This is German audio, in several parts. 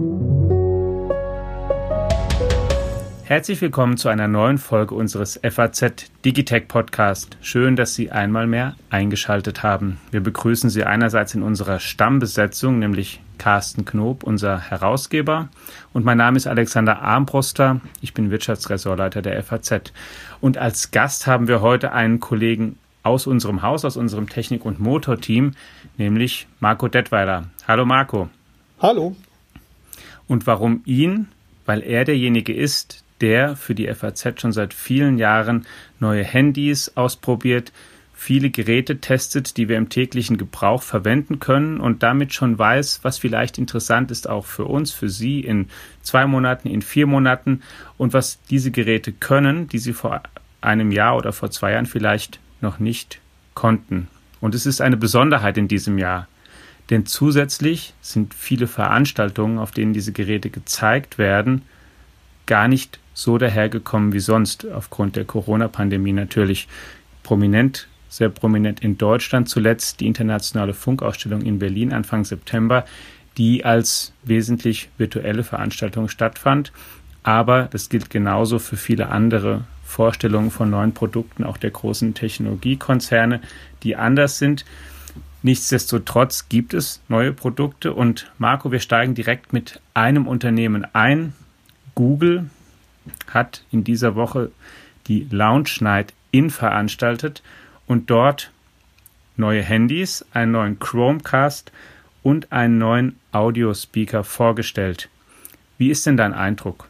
Herzlich willkommen zu einer neuen Folge unseres FAZ Digitech Podcast. Schön, dass Sie einmal mehr eingeschaltet haben. Wir begrüßen Sie einerseits in unserer Stammbesetzung, nämlich Carsten Knob, unser Herausgeber. Und mein Name ist Alexander Armbruster. Ich bin Wirtschaftsressortleiter der FAZ. Und als Gast haben wir heute einen Kollegen aus unserem Haus, aus unserem Technik- und Motorteam, nämlich Marco Detweiler. Hallo Marco. Hallo. Und warum ihn? Weil er derjenige ist, der für die FAZ schon seit vielen Jahren neue Handys ausprobiert, viele Geräte testet, die wir im täglichen Gebrauch verwenden können und damit schon weiß, was vielleicht interessant ist auch für uns, für Sie in 2 Monaten, in 4 Monaten und was diese Geräte können, die Sie vor einem Jahr oder vor 2 Jahren vielleicht noch nicht konnten. Und es ist eine Besonderheit in diesem Jahr, denn zusätzlich sind viele Veranstaltungen, auf denen diese Geräte gezeigt werden, gar nicht so dahergekommen wie sonst, aufgrund der Corona-Pandemie natürlich prominent, sehr prominent in Deutschland, zuletzt die internationale Funkausstellung in Berlin Anfang September, die als wesentlich virtuelle Veranstaltung stattfand. Aber das gilt genauso für viele andere Vorstellungen von neuen Produkten, auch der großen Technologiekonzerne, die anders sind. Nichtsdestotrotz gibt es neue Produkte und Marco, wir steigen direkt mit einem Unternehmen ein. Google hat in dieser Woche die Launch Night veranstaltet und dort neue Handys, einen neuen Chromecast und einen neuen Audiospeaker vorgestellt. Wie ist denn dein Eindruck?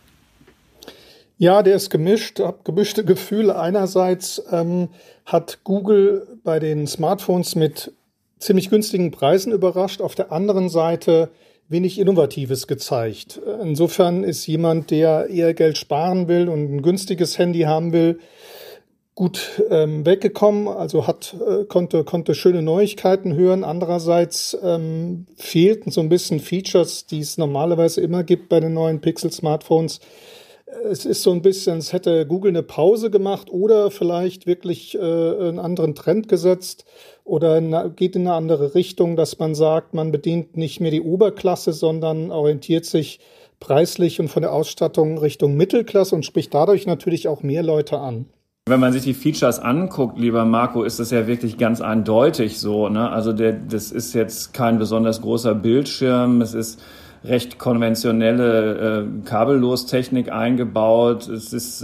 Ja, der ist gemischt, habe gemischte Gefühle. Einerseits hat Google bei den Smartphones mit ziemlich günstigen Preisen überrascht, auf der anderen Seite wenig Innovatives gezeigt. Insofern ist jemand, der eher Geld sparen will und ein günstiges Handy haben will, gut weggekommen, also konnte schöne Neuigkeiten hören. Andererseits fehlten so ein bisschen Features, die es normalerweise immer gibt bei den neuen Pixel-Smartphones. Es ist so ein bisschen, als hätte Google eine Pause gemacht oder vielleicht wirklich einen anderen Trend gesetzt oder geht in eine andere Richtung, dass man sagt, man bedient nicht mehr die Oberklasse, sondern orientiert sich preislich und von der Ausstattung Richtung Mittelklasse und spricht dadurch natürlich auch mehr Leute an. Wenn man sich die Features anguckt, lieber Marco, ist das ja wirklich ganz eindeutig so, ne? Also das ist jetzt kein besonders großer Bildschirm, es ist recht konventionelle Kabellostechnik eingebaut. Es ist,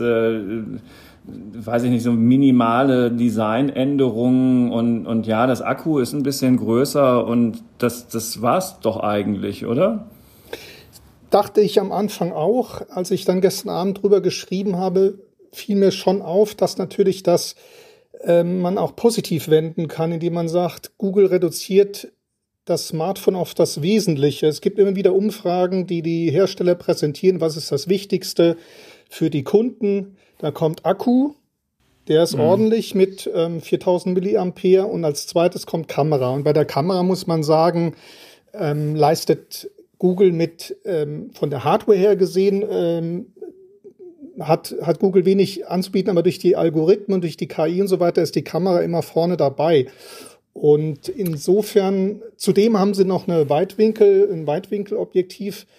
weiß ich nicht, so minimale Designänderungen und ja, das Akku ist ein bisschen größer und das war's doch eigentlich, oder? Dachte ich am Anfang auch. Als ich dann gestern Abend drüber geschrieben habe, fiel mir schon auf, dass natürlich das man auch positiv wenden kann, indem man sagt, Google reduziert das Smartphone auf das Wesentliche. Es gibt immer wieder Umfragen, die Hersteller präsentieren, was ist das Wichtigste für die Kunden. Da kommt Akku, der ist ordentlich mit 4000 mAh und als zweites kommt Kamera. Und bei der Kamera muss man sagen, leistet Google mit von der Hardware her gesehen, hat Google wenig anzubieten, aber durch die Algorithmen, durch die KI und so weiter ist die Kamera immer vorne dabei. Und insofern, zudem haben sie noch ein Weitwinkelobjektiv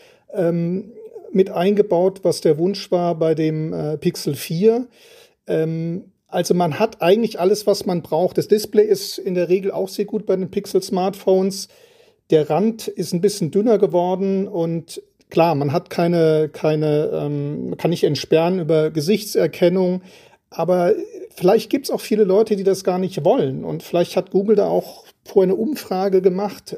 mit eingebaut, was der Wunsch war bei dem Pixel 4. Also man hat eigentlich alles, was man braucht. Das Display ist in der Regel auch sehr gut bei den Pixel-Smartphones. Der Rand ist ein bisschen dünner geworden und klar, man hat kann nicht entsperren über Gesichtserkennung. Aber vielleicht gibt es auch viele Leute, die das gar nicht wollen. Und vielleicht hat Google da auch vorher eine Umfrage gemacht.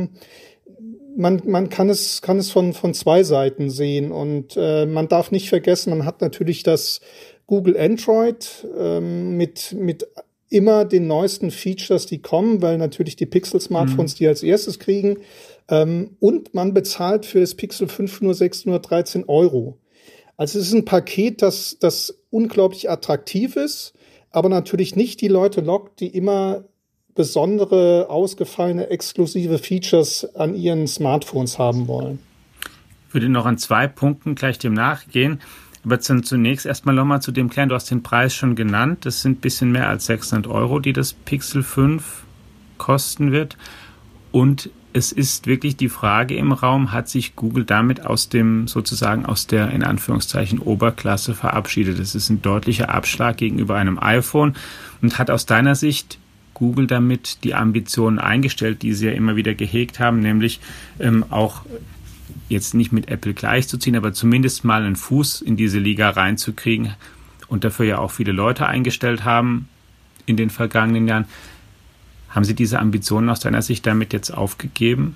Man kann es von 2 Seiten sehen. Und man darf nicht vergessen, man hat natürlich das Google Android mit immer den neuesten Features, die kommen, weil natürlich die Pixel-Smartphones die als erstes kriegen. Und man bezahlt für das Pixel 5 nur 613 €. Also es ist ein Paket, das unglaublich attraktiv ist, aber natürlich nicht die Leute lockt, die immer besondere, ausgefallene, exklusive Features an ihren Smartphones haben wollen. Ich würde noch an 2 Punkten gleich dem nachgehen. Aber zunächst erstmal nochmal zu dem Klären. Du hast den Preis schon genannt. Das sind ein bisschen mehr als 600 €, die das Pixel 5 kosten wird. Und es ist wirklich die Frage im Raum, hat sich Google damit aus der, in Anführungszeichen, Oberklasse verabschiedet? Das ist ein deutlicher Abschlag gegenüber einem iPhone und hat aus deiner Sicht Google damit die Ambitionen eingestellt, die sie ja immer wieder gehegt haben, nämlich auch jetzt nicht mit Apple gleichzuziehen, aber zumindest mal einen Fuß in diese Liga reinzukriegen und dafür ja auch viele Leute eingestellt haben in den vergangenen Jahren. Haben Sie diese Ambitionen aus deiner Sicht damit jetzt aufgegeben?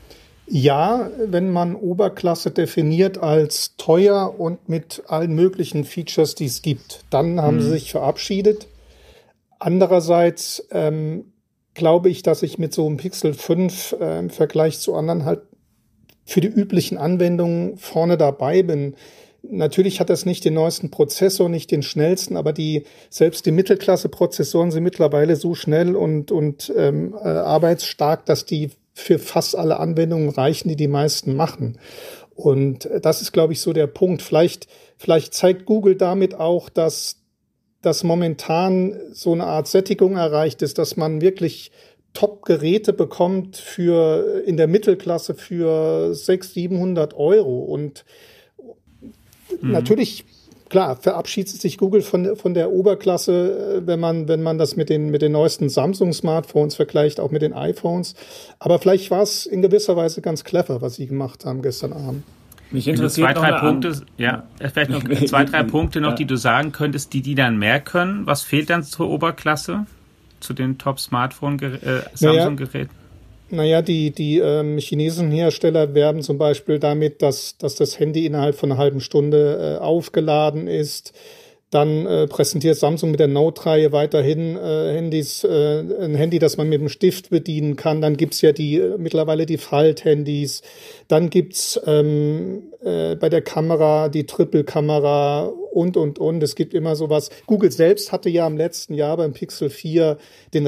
Ja, wenn man Oberklasse definiert als teuer und mit allen möglichen Features, die es gibt, dann haben sie sich verabschiedet. Andererseits glaube ich, dass ich mit so einem Pixel 5 im Vergleich zu anderen halt für die üblichen Anwendungen vorne dabei bin. Natürlich hat das nicht den neuesten Prozessor, nicht den schnellsten, aber selbst die Mittelklasse-Prozessoren sind mittlerweile so schnell und arbeitsstark, dass die für fast alle Anwendungen reichen, die meisten machen. Und das ist, glaube ich, so der Punkt. Vielleicht zeigt Google damit auch, dass momentan so eine Art Sättigung erreicht ist, dass man wirklich Top-Geräte bekommt in der Mittelklasse für 600-700 Euro. Und natürlich, klar, verabschiedet sich Google von der Oberklasse, wenn man das mit den neuesten Samsung-Smartphones vergleicht, auch mit den iPhones. Aber vielleicht war es in gewisser Weise ganz clever, was sie gemacht haben gestern Abend. Mich interessiert vielleicht noch zwei, drei Punkte noch, die du sagen könntest, die dann mehr können. Was fehlt dann zur Oberklasse, zu den Top-Smartphone-Samsung-Geräten? Naja, die chinesischen Hersteller werben zum Beispiel damit, dass das Handy innerhalb von einer halben Stunde aufgeladen ist. Dann präsentiert Samsung mit der Note-Reihe weiterhin ein Handy, das man mit dem Stift bedienen kann. Dann gibt's ja mittlerweile die Falthandys. Dann gibt's bei der Kamera die Triple-Kamera und. Es gibt immer sowas. Google selbst hatte ja im letzten Jahr beim Pixel 4 den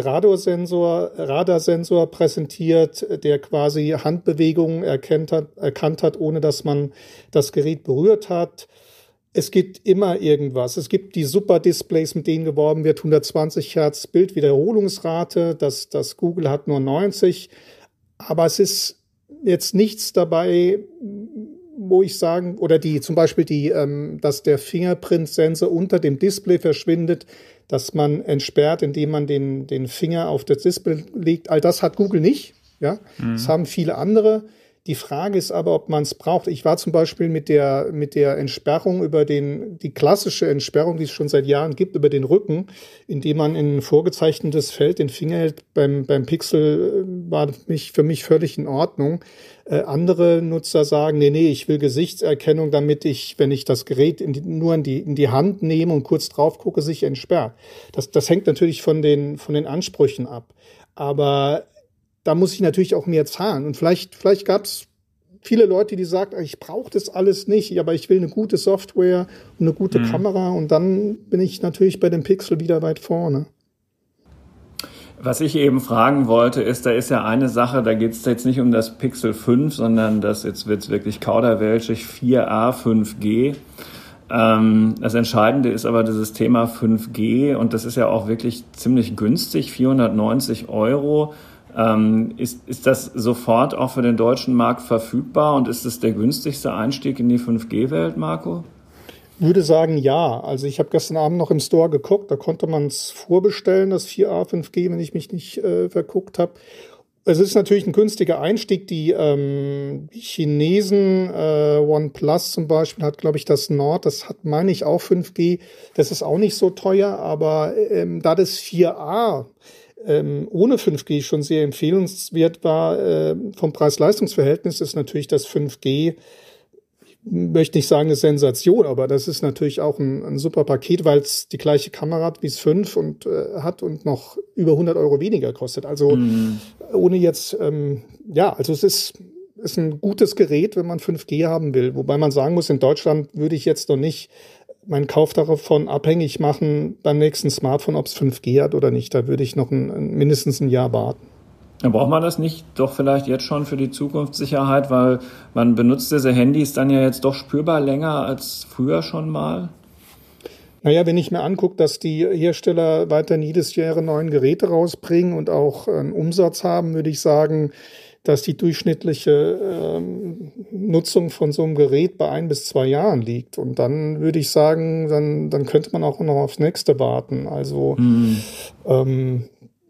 Radarsensor präsentiert, der quasi Handbewegungen erkannt hat, ohne dass man das Gerät berührt hat. Es gibt immer irgendwas. Es gibt die Super-Displays, mit denen geworben wird, 120 Hertz Bildwiederholungsrate. Das Google hat nur 90. Aber es ist jetzt nichts dabei, wo ich sagen, oder zum Beispiel dass der Fingerprint-Sensor unter dem Display verschwindet, dass man entsperrt, indem man den Finger auf das Display legt. All das hat Google nicht. Ja, das haben viele andere. Die Frage ist aber, ob man es braucht. Ich war zum Beispiel mit der Entsperrung die klassische Entsperrung, die es schon seit Jahren gibt, über den Rücken, indem man in ein vorgezeichnetes Feld den Finger hält. Beim Pixel war für mich völlig in Ordnung. Andere Nutzer sagen, nee, ich will Gesichtserkennung, damit wenn ich das Gerät nur in die Hand nehme und kurz drauf gucke, sich entsperrt. Das hängt natürlich von den Ansprüchen ab. Aber da muss ich natürlich auch mehr zahlen. Und vielleicht gab es viele Leute, die sagen, ich brauche das alles nicht, aber ich will eine gute Software und eine gute Kamera. Und dann bin ich natürlich bei dem Pixel wieder weit vorne. Was ich eben fragen wollte, da ist ja eine Sache, da geht es jetzt nicht um das Pixel 5, sondern jetzt wird es wirklich kauderwelschig, 4a, 5G. Das Entscheidende ist aber dieses Thema 5G und das ist ja auch wirklich ziemlich günstig, 490 Euro. Ist das sofort auch für den deutschen Markt verfügbar und ist es der günstigste Einstieg in die 5G-Welt, Marco? Ich würde sagen, ja. Also ich habe gestern Abend noch im Store geguckt, da konnte man es vorbestellen, das 4A 5G, wenn ich mich nicht verguckt habe. Es ist natürlich ein günstiger Einstieg. Die Chinesen, OnePlus zum Beispiel, hat, glaube ich, das Nord, das hat, meine ich, auch 5G. Das ist auch nicht so teuer, aber da das 4A ohne 5G schon sehr empfehlenswert war, vom Preis-Leistungs-Verhältnis ist natürlich das 5G, ich möchte nicht sagen eine Sensation, aber das ist natürlich auch ein super Paket, weil es die gleiche Kamera hat wie es 5 und hat und noch über 100 Euro weniger kostet. Also ohne jetzt, also es ist ein gutes Gerät, wenn man 5G haben will. Wobei man sagen muss, in Deutschland würde ich jetzt noch nicht meinen Kauf davon abhängig machen beim nächsten Smartphone, ob es 5G hat oder nicht. Da würde ich noch mindestens ein Jahr warten. Dann braucht man das nicht doch vielleicht jetzt schon für die Zukunftssicherheit, weil man benutzt diese Handys dann ja jetzt doch spürbar länger als früher schon mal? Naja, wenn ich mir angucke, dass die Hersteller weiterhin jedes Jahr ihre neuen Geräte rausbringen und auch einen Umsatz haben, würde ich sagen, dass die durchschnittliche Nutzung von so einem Gerät bei 1 bis 2 Jahren liegt. Und dann würde ich sagen, dann könnte man auch noch aufs nächste warten. Also wenn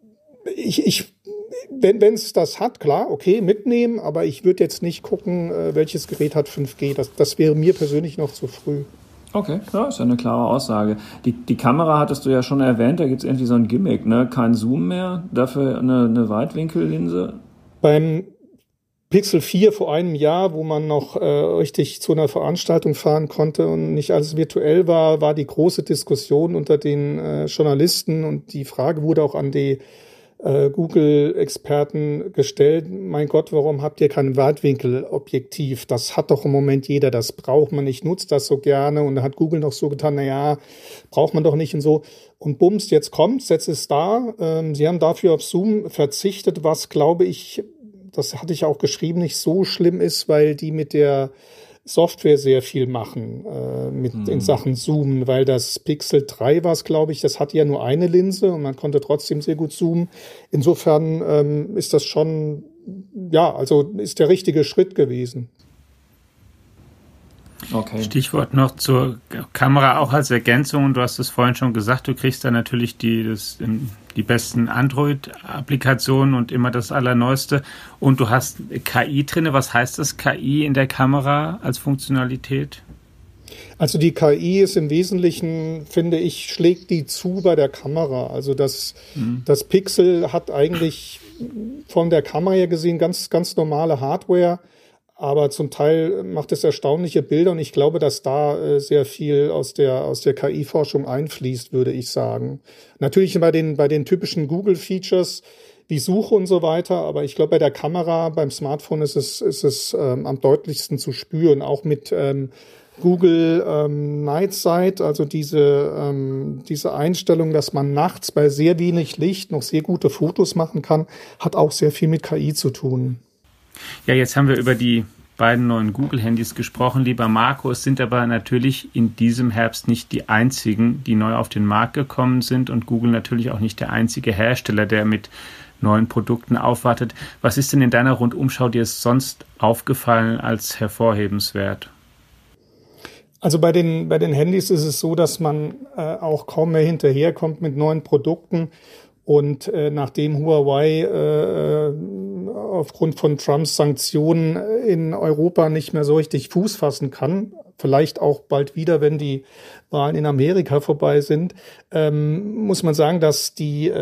es das hat, klar, okay, mitnehmen, aber ich würde jetzt nicht gucken, welches Gerät hat 5G. Das wäre mir persönlich noch zu früh. Okay, ja, ist ja eine klare Aussage. Die Kamera hattest du ja schon erwähnt, da gibt es irgendwie so ein Gimmick, ne? Kein Zoom mehr, dafür eine Weitwinkellinse. Beim Pixel 4 vor einem Jahr, wo man noch richtig zu einer Veranstaltung fahren konnte und nicht alles virtuell war die große Diskussion unter den Journalisten und die Frage wurde auch an die Google-Experten gestellt. Mein Gott, warum habt ihr kein Weitwinkelobjektiv? Das hat doch im Moment jeder, das braucht man nicht, nutzt das so gerne. Und da hat Google noch so getan, braucht man doch nicht und so. Und bums, jetzt ist da. Sie haben dafür auf Zoom verzichtet, was, glaube ich, das hatte ich auch geschrieben, nicht so schlimm ist, weil die mit der Software sehr viel machen in Sachen Zoomen, weil das Pixel 3 war es, glaube ich, das hatte ja nur eine Linse und man konnte trotzdem sehr gut zoomen. Insofern ist das schon, also ist der richtige Schritt gewesen. Okay. Stichwort noch zur Kamera auch als Ergänzung. Du hast es vorhin schon gesagt, du kriegst da natürlich die besten Android-Applikationen und immer das Allerneueste. Und du hast KI drin. Was heißt das KI in der Kamera als Funktionalität? Also die KI ist im Wesentlichen, finde ich, schlägt die zu bei der Kamera. Also das Pixel hat eigentlich von der Kamera her gesehen ganz, ganz normale Hardware. Aber zum Teil macht es erstaunliche Bilder und ich glaube, dass da sehr viel aus der KI-Forschung einfließt, würde ich sagen. Natürlich bei den typischen Google-Features wie Suche und so weiter, aber ich glaube, bei der Kamera, beim Smartphone ist es am deutlichsten zu spüren, auch mit Google Night Sight, also diese Einstellung, dass man nachts bei sehr wenig Licht noch sehr gute Fotos machen kann, hat auch sehr viel mit KI zu tun. Ja, jetzt haben wir über die beiden neuen Google-Handys gesprochen, lieber Marco. Es sind aber natürlich in diesem Herbst nicht die einzigen, die neu auf den Markt gekommen sind und Google natürlich auch nicht der einzige Hersteller, der mit neuen Produkten aufwartet. Was ist denn in deiner Rundumschau dir sonst aufgefallen als hervorhebenswert? Also bei den Handys ist es so, dass man auch kaum mehr hinterherkommt mit neuen Produkten. Und nachdem Huawei aufgrund von Trumps Sanktionen in Europa nicht mehr so richtig Fuß fassen kann, vielleicht auch bald wieder, wenn die Wahlen in Amerika vorbei sind, muss man sagen, dass die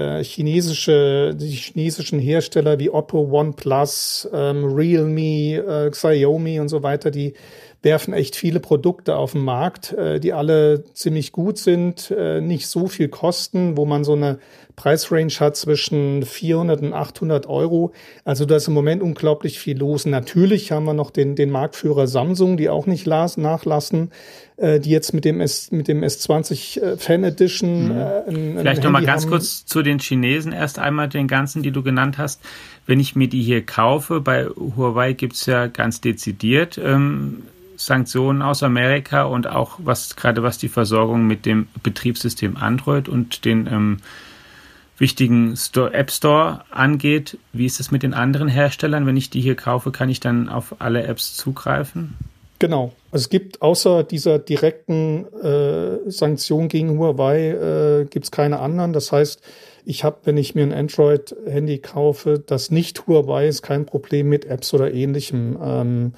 chinesischen Hersteller wie Oppo, OnePlus, Realme, Xiaomi und so weiter, die werfen echt viele Produkte auf den Markt, die alle ziemlich gut sind, nicht so viel kosten, wo man so eine Preisrange hat zwischen 400 und 800 Euro. Also da ist im Moment unglaublich viel los. Natürlich haben wir noch den Marktführer Samsung, die auch nicht nachlassen, die jetzt mit dem S20 Fan Edition Vielleicht noch mal ganz kurz zu den Chinesen erst einmal, den ganzen, die du genannt hast. Wenn ich mir die hier kaufe, bei Huawei gibt's ja ganz dezidiert Sanktionen aus Amerika und auch was die Versorgung mit dem Betriebssystem Android und den wichtigen App Store angeht. Wie ist es mit den anderen Herstellern? Wenn ich die hier kaufe, kann ich dann auf alle Apps zugreifen? Genau. Also es gibt außer dieser direkten Sanktion gegen Huawei gibt es keine anderen. Das heißt, wenn ich mir ein Android-Handy kaufe, das nicht Huawei ist, kein Problem mit Apps oder Ähnlichem.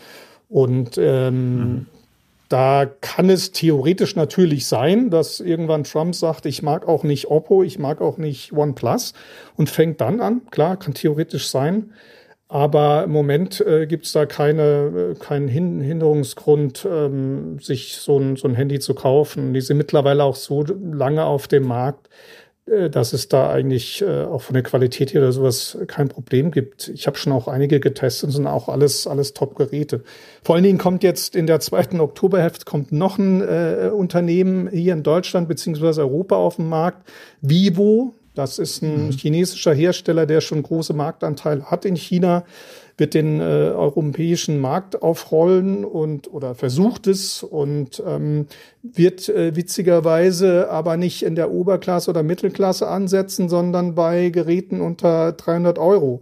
Da kann es theoretisch natürlich sein, dass irgendwann Trump sagt, ich mag auch nicht Oppo, ich mag auch nicht OnePlus und fängt dann an. Klar, kann theoretisch sein. Aber im Moment gibt es da keinen Hinderungsgrund, sich so ein Handy zu kaufen. Die sind mittlerweile auch so lange auf dem Markt, dass es da eigentlich auch von der Qualität her oder sowas kein Problem gibt. Ich habe schon auch einige getestet und sind auch alles Top-Geräte. Vor allen Dingen kommt jetzt in der 2. Oktoberhälfte kommt noch ein Unternehmen hier in Deutschland bzw. Europa auf den Markt, Vivo. Das ist ein chinesischer Hersteller, der schon große Marktanteile hat in China, wird den europäischen Markt aufrollen oder versucht es und wird witzigerweise aber nicht in der Oberklasse oder Mittelklasse ansetzen, sondern bei Geräten unter 300 Euro.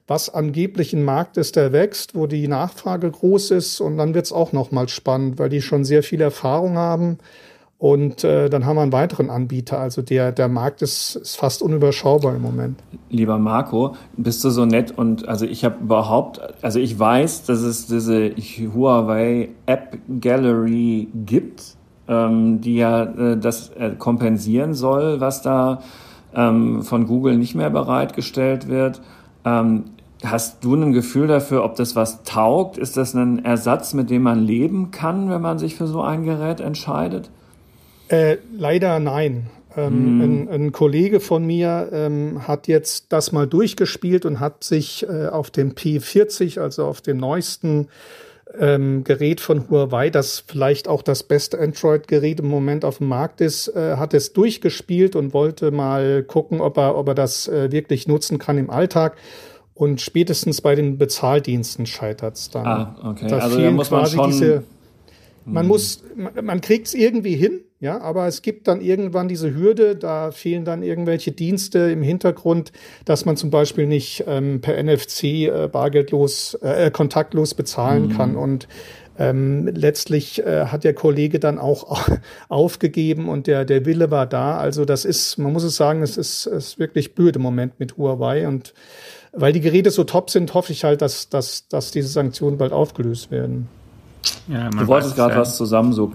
was angeblich ein Markt ist, der wächst, wo die Nachfrage groß ist. Und dann wird es auch nochmal spannend, weil die schon sehr viel Erfahrung haben. Und dann haben wir einen weiteren Anbieter. Also der Markt ist fast unüberschaubar im Moment. Lieber Marco, bist du so nett und ich weiß, dass es diese Huawei App Gallery gibt, die ja das kompensieren soll, was da von Google nicht mehr bereitgestellt wird. Hast du ein Gefühl dafür, ob das was taugt? Ist das ein Ersatz, mit dem man leben kann, wenn man sich für so ein Gerät entscheidet? Leider nein. Ein Kollege von mir hat jetzt das mal durchgespielt und hat sich auf dem P40, also auf dem neuesten Gerät von Huawei, das vielleicht auch das beste Android-Gerät im Moment auf dem Markt ist, hat es durchgespielt und wollte mal gucken, ob er das wirklich nutzen kann im Alltag. Und spätestens bei den Bezahldiensten scheitert es dann. Ah, okay. Da also da muss man schon... Man kriegt es irgendwie hin, ja, aber es gibt dann irgendwann diese Hürde, da fehlen dann irgendwelche Dienste im Hintergrund, dass man zum Beispiel nicht per NFC kontaktlos bezahlen kann. Und letztlich hat der Kollege dann auch aufgegeben und der Wille war da. Also das ist, man muss es sagen, es ist wirklich blöd im Moment mit Huawei. Und weil die Geräte so top sind, hoffe ich halt, dass diese Sanktionen bald aufgelöst werden. Ja, du wolltest gerade was zu Samsung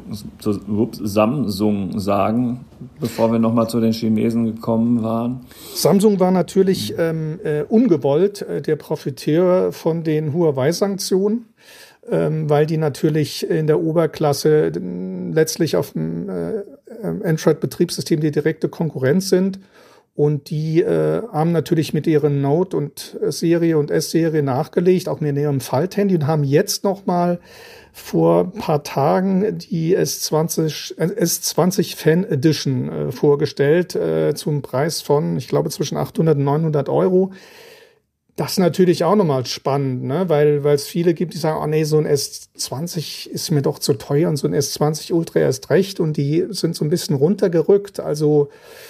sagen, bevor wir nochmal zu den Chinesen gekommen waren. Samsung war natürlich ungewollt der Profiteur von den Huawei-Sanktionen, weil die natürlich in der Oberklasse letztlich auf dem Android-Betriebssystem die direkte Konkurrenz sind. Und die haben natürlich mit ihren Note- und Serie und S-Serie nachgelegt, auch mit ihrem Falthandy und haben jetzt nochmal vor ein paar Tagen die S20 Fan Edition vorgestellt zum Preis von, ich glaube, zwischen 800 und 900 Euro. Das ist natürlich auch nochmal spannend, ne? Weil es viele gibt, die sagen, oh nee, so ein S20 ist mir doch zu teuer und so ein S20 Ultra erst recht. Und die sind so ein bisschen runtergerückt. Also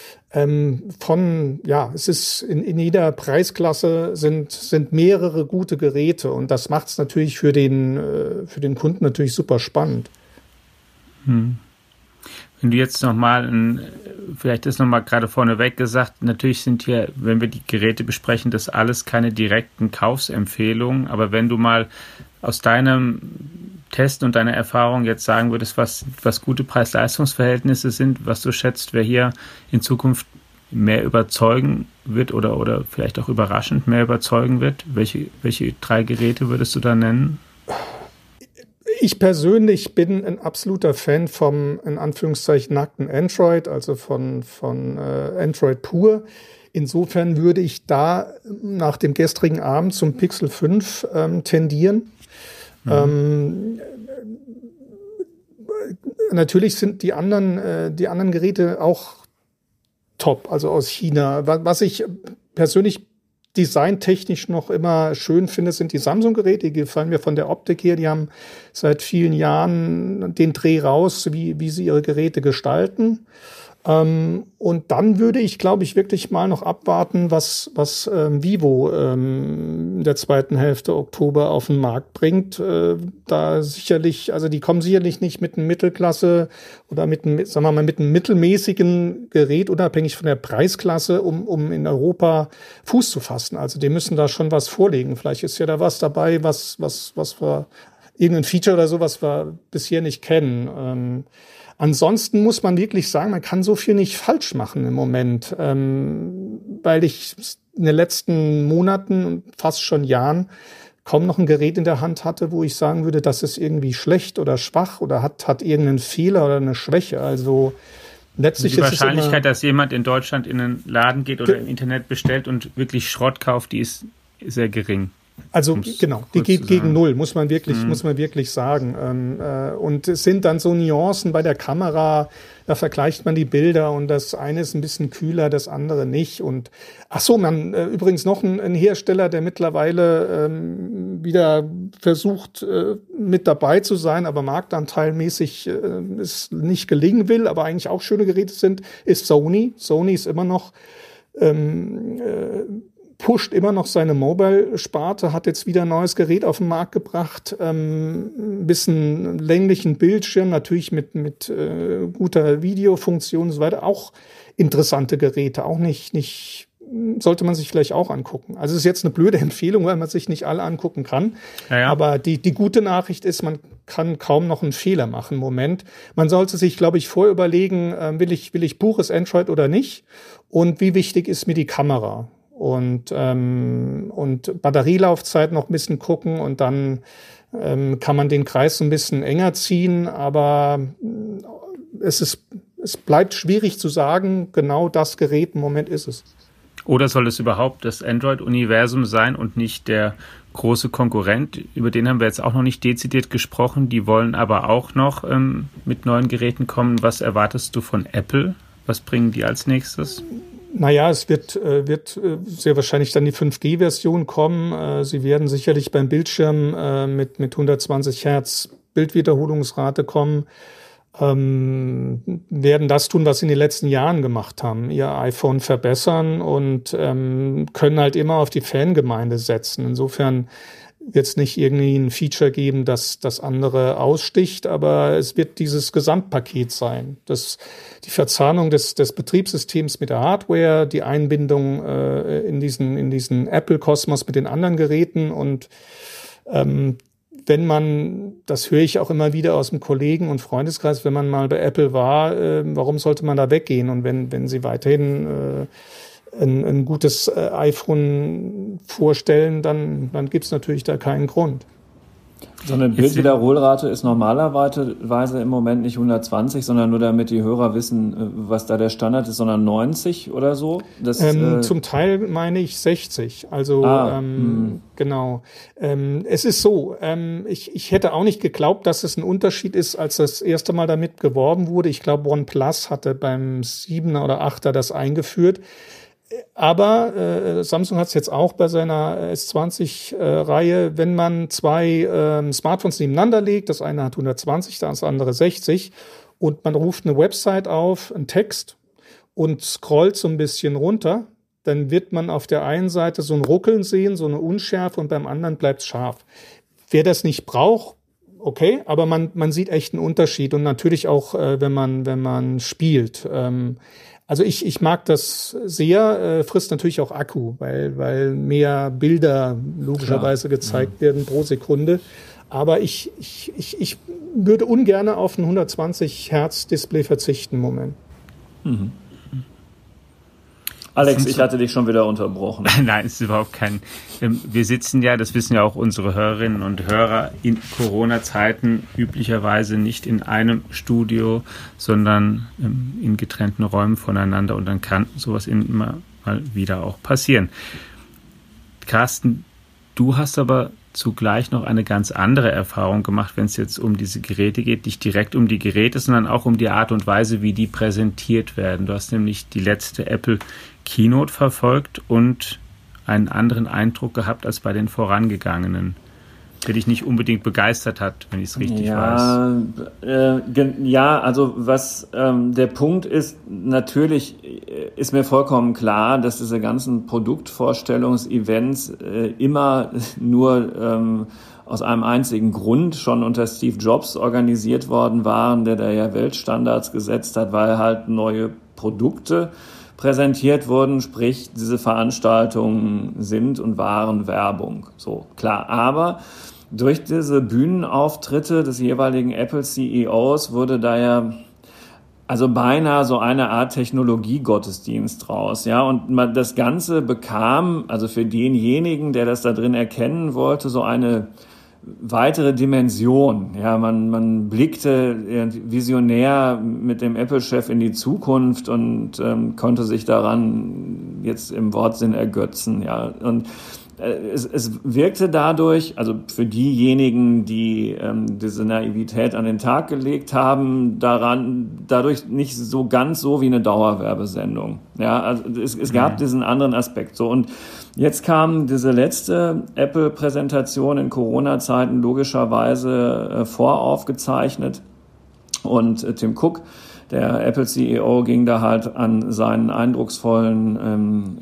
es ist in jeder Preisklasse sind mehrere gute Geräte und das macht es natürlich für den Kunden natürlich super spannend. Wenn du jetzt vielleicht ist nochmal gerade vorneweg gesagt, natürlich sind hier, wenn wir die Geräte besprechen, das alles keine direkten Kaufsempfehlungen, aber wenn du mal aus deinem Test und deiner Erfahrung jetzt sagen würdest, was gute Preis-Leistungs-Verhältnisse sind, was du schätzt, wer hier in Zukunft mehr überzeugen wird oder vielleicht auch überraschend mehr überzeugen wird, welche 3 Geräte würdest du da nennen? Ich persönlich bin ein absoluter Fan vom, in Anführungszeichen, nackten Android, also von Android pur. Insofern würde ich da nach dem gestrigen Abend zum Pixel 5 tendieren. Natürlich sind die anderen Geräte auch top, also aus China. Was ich persönlich designtechnisch noch immer schön finde, sind die Samsung-Geräte. Die gefallen mir von der Optik her. Die haben seit vielen Jahren den Dreh raus, wie sie ihre Geräte gestalten. Und dann würde ich, glaube ich, wirklich mal noch abwarten, was Vivo in der zweiten Hälfte Oktober auf den Markt bringt. Da sicherlich, also die kommen sicherlich nicht mit einem Mittelklasse oder mit einem mittelmäßigen Gerät, unabhängig von der Preisklasse, um in Europa Fuß zu fassen. Also die müssen da schon was vorlegen. Vielleicht ist ja da was dabei, was wir, irgendein Feature oder so, was wir bisher nicht kennen. Ansonsten muss man wirklich sagen, man kann so viel nicht falsch machen im Moment, weil ich in den letzten Monaten, fast schon Jahren, kaum noch ein Gerät in der Hand hatte, wo ich sagen würde, das ist irgendwie schlecht oder schwach oder hat irgendeinen Fehler oder eine Schwäche. Also letztlich die Wahrscheinlichkeit, dass jemand in Deutschland in einen Laden geht oder im Internet bestellt und wirklich Schrott kauft, die ist sehr gering. Also genau, die geht gegen Null, muss man wirklich sagen. Und es sind dann so Nuancen bei der Kamera, da vergleicht man die Bilder und das eine ist ein bisschen kühler, das andere nicht. Und übrigens noch ein Hersteller, der mittlerweile wieder versucht mit dabei zu sein, aber marktanteilmäßig es nicht gelingen will, aber eigentlich auch schöne Geräte sind, ist Sony. Sony ist immer noch pusht immer noch seine Mobile-Sparte, hat jetzt wieder ein neues Gerät auf den Markt gebracht, ein bisschen länglichen Bildschirm, natürlich mit guter Videofunktion und so weiter. Auch interessante Geräte, auch nicht sollte man sich vielleicht auch angucken. Also es ist jetzt eine blöde Empfehlung, weil man sich nicht alle angucken kann. Ja. Aber die gute Nachricht ist, man kann kaum noch einen Fehler machen im Moment. Man sollte sich, glaube ich, vorüberlegen, will ich pures Android oder nicht? Und wie wichtig ist mir die Kamera? Und Batterielaufzeit noch ein bisschen gucken und dann kann man den Kreis so ein bisschen enger ziehen. Aber es bleibt schwierig zu sagen, genau das Gerät im Moment ist es. Oder soll es überhaupt das Android-Universum sein und nicht der große Konkurrent? Über den haben wir jetzt auch noch nicht dezidiert gesprochen. Die wollen aber auch noch mit neuen Geräten kommen. Was erwartest du von Apple? Was bringen die als nächstes? Naja, es wird sehr wahrscheinlich dann die 5G-Version kommen. Sie werden sicherlich beim Bildschirm mit 120 Hertz Bildwiederholungsrate kommen. Werden das tun, was sie in den letzten Jahren gemacht haben, ihr iPhone verbessern und können halt immer auf die Fangemeinde setzen. Insofern wird es nicht irgendwie ein Feature geben, das andere aussticht, aber es wird dieses Gesamtpaket sein. Die Verzahnung des Betriebssystems mit der Hardware, die Einbindung in diesen Apple-Kosmos mit den anderen Geräten und wenn man, das höre ich auch immer wieder aus dem Kollegen- und Freundeskreis, wenn man mal bei Apple war, warum sollte man da weggehen? Und wenn sie weiterhin ein gutes iPhone vorstellen, dann gibt es natürlich da keinen Grund. So eine Bildwiederholrate ist normalerweise im Moment nicht 120, sondern nur damit die Hörer wissen, was da der Standard ist, sondern 90 oder so? Zum Teil meine ich 60. Also genau. Es ist so, ich hätte auch nicht geglaubt, dass es ein Unterschied ist, als das erste Mal damit geworben wurde. Ich glaube, OnePlus hatte beim 7er oder 8er das eingeführt. Aber Samsung hat es jetzt auch bei seiner S20-Reihe, wenn man zwei Smartphones nebeneinander legt, das eine hat 120, das andere 60, und man ruft eine Website auf, einen Text und scrollt so ein bisschen runter, dann wird man auf der einen Seite so ein Ruckeln sehen, so eine Unschärfe, und beim anderen bleibt es scharf. Wer das nicht braucht, okay, aber man sieht echt einen Unterschied, und natürlich auch, wenn man spielt. Also ich mag das sehr, frisst natürlich auch Akku, weil mehr Bilder logischerweise gezeigt werden pro Sekunde. Aber ich würde ungern auf ein 120 Hertz Display verzichten im Moment. Mhm. Alex, ich hatte dich schon wieder unterbrochen. Nein, es ist überhaupt kein... Wir sitzen ja, das wissen ja auch unsere Hörerinnen und Hörer, in Corona-Zeiten üblicherweise nicht in einem Studio, sondern in getrennten Räumen voneinander, und dann kann sowas immer mal wieder auch passieren. Carsten, du hast aber zugleich noch eine ganz andere Erfahrung gemacht, wenn es jetzt um diese Geräte geht, nicht direkt um die Geräte, sondern auch um die Art und Weise, wie die präsentiert werden. Du hast nämlich die letzte Apple Keynote verfolgt und einen anderen Eindruck gehabt als bei den vorangegangenen, der dich nicht unbedingt begeistert hat, wenn ich es richtig weiß. Ja, also was der Punkt ist, natürlich ist mir vollkommen klar, dass diese ganzen Produktvorstellungsevents immer nur aus einem einzigen Grund schon unter Steve Jobs organisiert worden waren, der da ja Weltstandards gesetzt hat, weil halt neue Produkte präsentiert wurden, sprich diese Veranstaltungen sind und waren Werbung. So, klar, aber durch diese Bühnenauftritte des jeweiligen Apple-CEOs wurde da ja also beinahe so eine Art Technologie-Gottesdienst draus, ja, und das Ganze bekam, also für denjenigen, der das da drin erkennen wollte, so eine weitere Dimension. Ja, man blickte visionär mit dem Apple-Chef in die Zukunft und konnte sich daran jetzt im Wortsinn ergötzen, ja, und es wirkte dadurch, also für diejenigen, die diese Naivität an den Tag gelegt haben, dadurch nicht so ganz so wie eine Dauerwerbesendung. Ja, also es gab diesen anderen Aspekt. So, und jetzt kam diese letzte Apple-Präsentation in Corona-Zeiten logischerweise voraufgezeichnet, und Tim Cook Der Apple-CEO ging da halt an seinen eindrucksvollen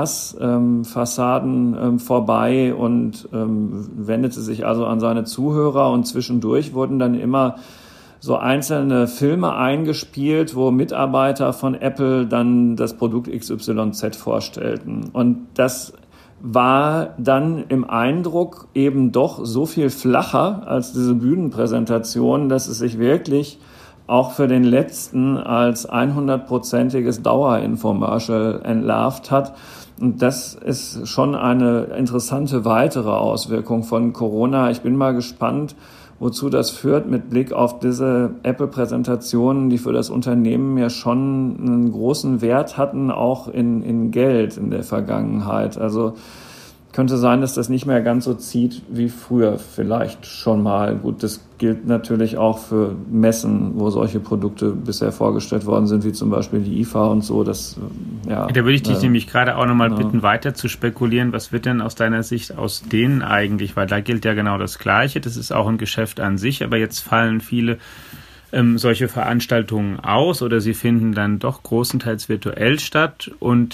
Glasfassaden vorbei und wendete sich also an seine Zuhörer, und zwischendurch wurden dann immer so einzelne Filme eingespielt, wo Mitarbeiter von Apple dann das Produkt XYZ vorstellten. Und das war dann im Eindruck eben doch so viel flacher als diese Bühnenpräsentation, dass es sich wirklich auch für den letzten als 100%iges Dauerinfomercial entlarvt hat. Und das ist schon eine interessante weitere Auswirkung von Corona. Ich bin mal gespannt, wozu das führt mit Blick auf diese Apple-Präsentationen, die für das Unternehmen ja schon einen großen Wert hatten, auch in Geld in der Vergangenheit. Also könnte sein, dass das nicht mehr ganz so zieht wie früher vielleicht schon mal. Gut, das gilt natürlich auch für Messen, wo solche Produkte bisher vorgestellt worden sind, wie zum Beispiel die IFA und so. Da würde ich dich nämlich gerade auch nochmal bitten, weiter zu spekulieren. Was wird denn aus deiner Sicht aus denen eigentlich? Weil da gilt ja genau das Gleiche. Das ist auch ein Geschäft an sich, aber jetzt fallen viele solche Veranstaltungen aus oder sie finden dann doch großenteils virtuell statt. Und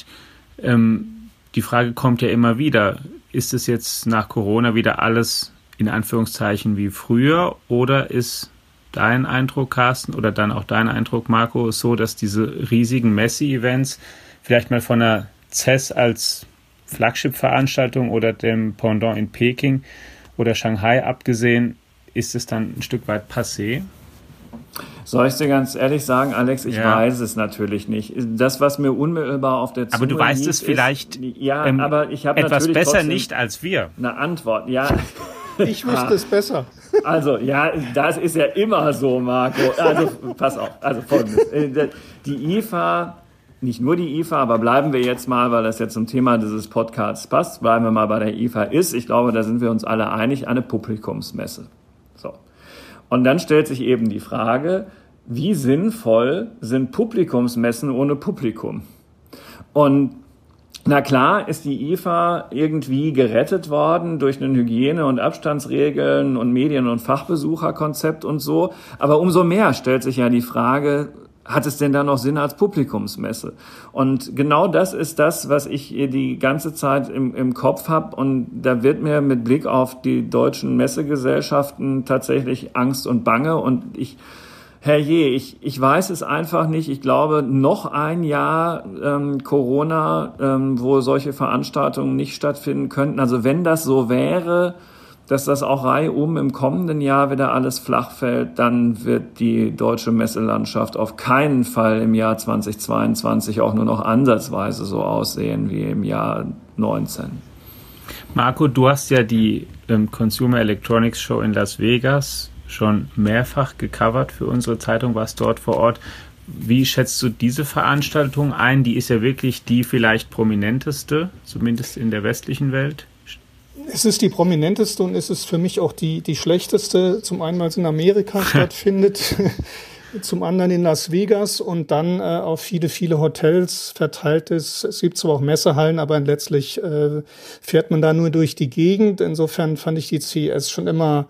die Frage kommt ja immer wieder, ist es jetzt nach Corona wieder alles in Anführungszeichen wie früher, oder ist dein Eindruck, Carsten, oder dann auch dein Eindruck, Marco, so, dass diese riesigen Messe-Events vielleicht mal von der CES als Flaggschiff-Veranstaltung oder dem Pendant in Peking oder Shanghai abgesehen, ist es dann ein Stück weit passé? Soll ich dir ganz ehrlich sagen, Alex, ich weiß es natürlich nicht. Das, was mir unmittelbar auf der Zunge Aber du weißt es vielleicht aber ich habe etwas natürlich besser nicht als wir. Eine Antwort, ja. Ich wüsste es besser. Also, ja, das ist ja immer so, Marco. Also, pass auf. Also, Folgendes. Die IFA, nicht nur die IFA, aber bleiben wir jetzt mal, weil das jetzt zum Thema dieses Podcasts passt, bleiben wir mal bei der IFA, ich glaube, da sind wir uns alle einig, eine Publikumsmesse. So. Und dann stellt sich eben die Frage, wie sinnvoll sind Publikumsmessen ohne Publikum? Und na klar ist die IFA irgendwie gerettet worden durch ein Hygiene- und Abstandsregeln und Medien- und Fachbesucherkonzept und so. Aber umso mehr stellt sich ja die Frage, hat es denn da noch Sinn als Publikumsmesse? Und genau das ist das, was ich die ganze Zeit im Kopf habe. Und da wird mir mit Blick auf die deutschen Messegesellschaften tatsächlich Angst und Bange. Und ich weiß es einfach nicht. Ich glaube, noch ein Jahr Corona, wo solche Veranstaltungen nicht stattfinden könnten. Also wenn das so wäre, dass das auch reihum im kommenden Jahr wieder alles flach fällt, dann wird die deutsche Messelandschaft auf keinen Fall im Jahr 2022 auch nur noch ansatzweise so aussehen wie im Jahr 19. Marco, du hast ja die Consumer Electronics Show in Las Vegas schon mehrfach gecovert für unsere Zeitung, warst dort vor Ort. Wie schätzt du diese Veranstaltung ein? Die ist ja wirklich die vielleicht prominenteste, zumindest in der westlichen Welt. Es ist die prominenteste und es ist für mich auch die schlechteste. Zum einen, weil es in Amerika stattfindet, zum anderen in Las Vegas und dann auf viele, viele Hotels verteilt ist. Es gibt zwar auch Messehallen, aber letztlich fährt man da nur durch die Gegend. Insofern fand ich die CES schon immer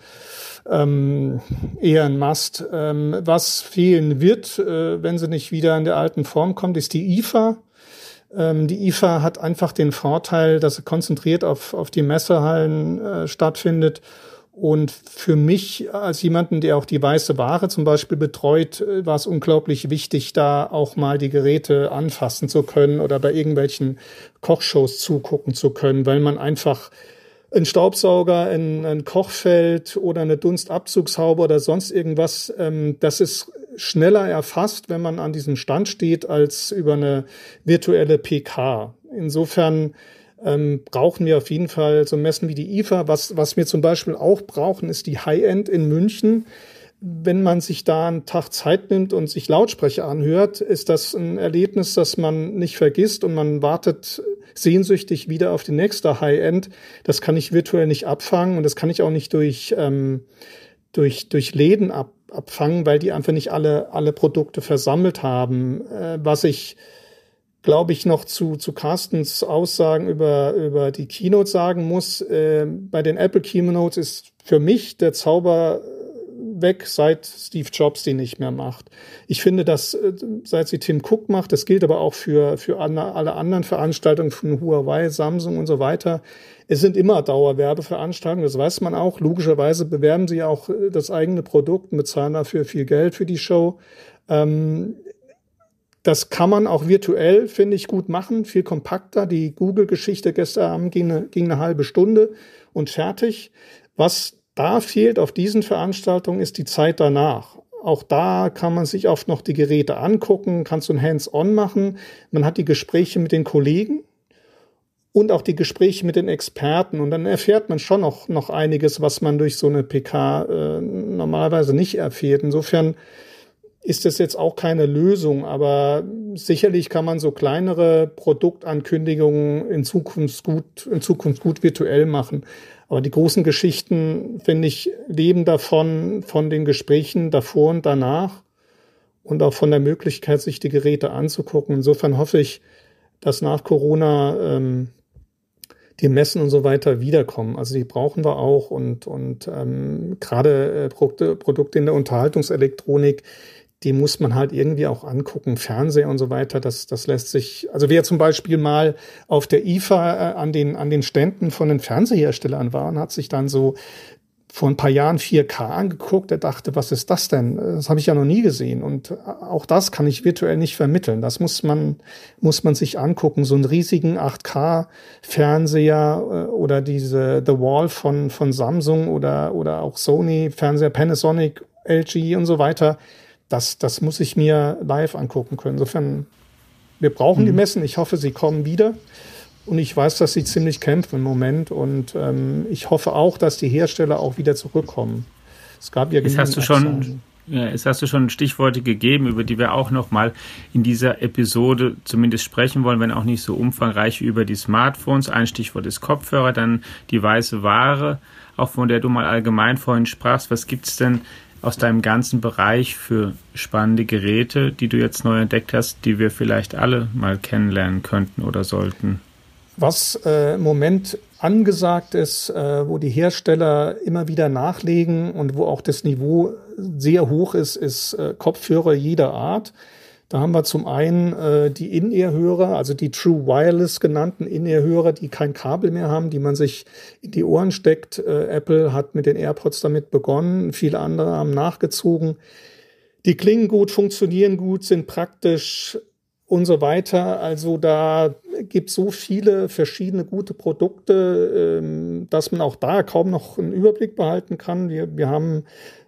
eher ein Must. Was fehlen wird, wenn sie nicht wieder in der alten Form kommt, ist die IFA. Die IFA hat einfach den Vorteil, dass sie konzentriert auf die Messehallen stattfindet. Und für mich als jemanden, der auch die weiße Ware zum Beispiel betreut, war es unglaublich wichtig, da auch mal die Geräte anfassen zu können oder bei irgendwelchen Kochshows zugucken zu können, weil man einfach ein Staubsauger, ein Kochfeld oder eine Dunstabzugshaube oder sonst irgendwas, das ist schneller erfasst, wenn man an diesem Stand steht, als über eine virtuelle PK. Insofern brauchen wir auf jeden Fall so Messen wie die IFA. Was wir zum Beispiel auch brauchen, ist die High-End in München. Wenn man sich da einen Tag Zeit nimmt und sich Lautsprecher anhört, ist das ein Erlebnis, das man nicht vergisst und man wartet sehnsüchtig wieder auf die nächste High-End. Das kann ich virtuell nicht abfangen und das kann ich auch nicht durch Läden abfangen, weil die einfach nicht alle Produkte versammelt haben. Was ich, glaube ich, noch zu Carstens Aussagen über die Keynote sagen muss, bei den Apple Keynotes ist für mich der Zauber weg, seit Steve Jobs die nicht mehr macht. Ich finde, dass seit sie Tim Cook macht, das gilt aber auch für alle anderen Veranstaltungen von Huawei, Samsung und so weiter. Es sind immer Dauerwerbeveranstaltungen, das weiß man auch. Logischerweise bewerben sie auch das eigene Produkt und bezahlen dafür viel Geld für die Show. Das kann man auch virtuell, finde ich, gut machen, viel kompakter. Die Google-Geschichte gestern Abend ging eine halbe Stunde und fertig. Was da fehlt auf diesen Veranstaltungen ist die Zeit danach. Auch da kann man sich oft noch die Geräte angucken, kannst du ein Hands-on machen. Man hat die Gespräche mit den Kollegen und auch die Gespräche mit den Experten. Und dann erfährt man schon noch einiges, was man durch so eine PK normalerweise nicht erfährt. Insofern ist das jetzt auch keine Lösung, aber sicherlich kann man so kleinere Produktankündigungen in Zukunft gut virtuell machen. Aber die großen Geschichten, finde ich, leben davon, von den Gesprächen davor und danach und auch von der Möglichkeit, sich die Geräte anzugucken. Insofern hoffe ich, dass nach Corona die Messen und so weiter wiederkommen. Also die brauchen wir auch und gerade Produkte in der Unterhaltungselektronik, die muss man halt irgendwie auch angucken, Fernseher und so weiter, das lässt sich, also wer zum Beispiel mal auf der IFA an den Ständen von den Fernseherstellern war und hat sich dann so vor ein paar Jahren 4K angeguckt, der dachte, was ist das denn? Das habe ich ja noch nie gesehen und auch das kann ich virtuell nicht vermitteln. Das muss man sich angucken, so einen riesigen 8K-Fernseher oder diese The Wall von Samsung oder auch Sony, Fernseher, Panasonic, LG und so weiter. Das muss ich mir live angucken können. Insofern, wir brauchen die Messen. Ich hoffe, sie kommen wieder. Und ich weiß, dass sie ziemlich kämpfen im Moment. Und ich hoffe auch, dass die Hersteller auch wieder zurückkommen. Es gab ja jetzt hast du schon Stichworte gegeben, über die wir auch noch mal in dieser Episode zumindest sprechen wollen, wenn auch nicht so umfangreich wie über die Smartphones. Ein Stichwort ist Kopfhörer, dann die weiße Ware, auch von der du mal allgemein vorhin sprachst. Was gibt's denn aus deinem ganzen Bereich für spannende Geräte, die du jetzt neu entdeckt hast, die wir vielleicht alle mal kennenlernen könnten oder sollten? Was im Moment angesagt ist, wo die Hersteller immer wieder nachlegen und wo auch das Niveau sehr hoch ist Kopfhörer jeder Art. Da haben wir zum einen die In-Ear-Hörer, also die True Wireless genannten In-Ear-Hörer, die kein Kabel mehr haben, die man sich in die Ohren steckt. Apple hat mit den AirPods damit begonnen, viele andere haben nachgezogen. Die klingen gut, funktionieren gut, sind praktisch und so weiter. Also da gibt es so viele verschiedene gute Produkte, dass man auch da kaum noch einen Überblick behalten kann. Wir haben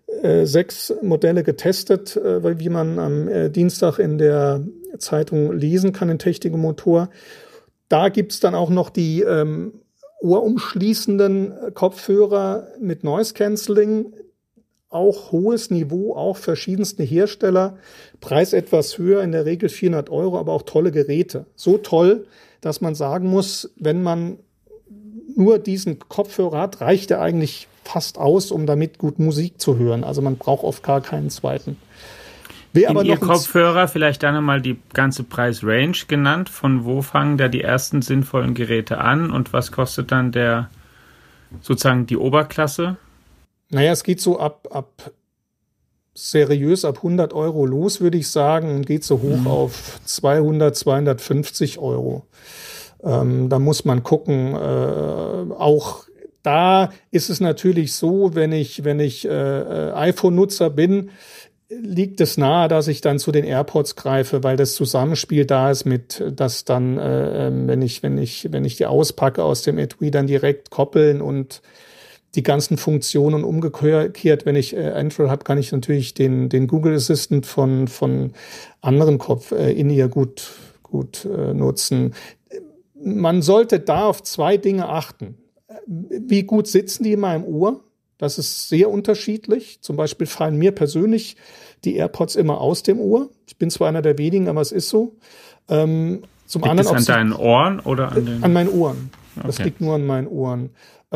6 Modelle getestet, wie man am Dienstag in der Zeitung lesen kann, in Technik und Motor. Da gibt's dann auch noch die ohrumschließenden Kopfhörer mit Noise Cancelling. Auch hohes Niveau, auch verschiedenste Hersteller. Preis etwas höher, in der Regel 400 €, aber auch tolle Geräte. So toll, dass man sagen muss, wenn man nur diesen Kopfhörer hat, reicht er eigentlich fast aus, um damit gut Musik zu hören. Also man braucht oft gar keinen zweiten. Ihr Kopfhörer, vielleicht dann einmal die ganze Preisrange genannt. Von wo fangen da die ersten sinnvollen Geräte an und was kostet dann sozusagen die Oberklasse? Naja, es geht so ab seriös ab 100 € los, würde ich sagen, und geht so hoch auf 200, 250 €. Da muss man gucken. Auch da ist es natürlich so, wenn ich iPhone-Nutzer bin, liegt es nahe, dass ich dann zu den AirPods greife, weil das Zusammenspiel da ist mit, dass dann, wenn ich die auspacke aus dem Etui, dann direkt koppeln und die ganzen Funktionen. Umgekehrt, wenn ich Android habe, kann ich natürlich den Google Assistant von anderen In-Ear gut nutzen. Man sollte da auf 2 Dinge achten. Wie gut sitzen die in meinem Ohr? Das ist sehr unterschiedlich. Zum Beispiel fallen mir persönlich die AirPods immer aus dem Ohr. Ich bin zwar einer der wenigen, aber es ist so. Liegt das an deinen Ohren oder an den? An meinen Ohren. Okay. Das liegt nur an meinen Ohren.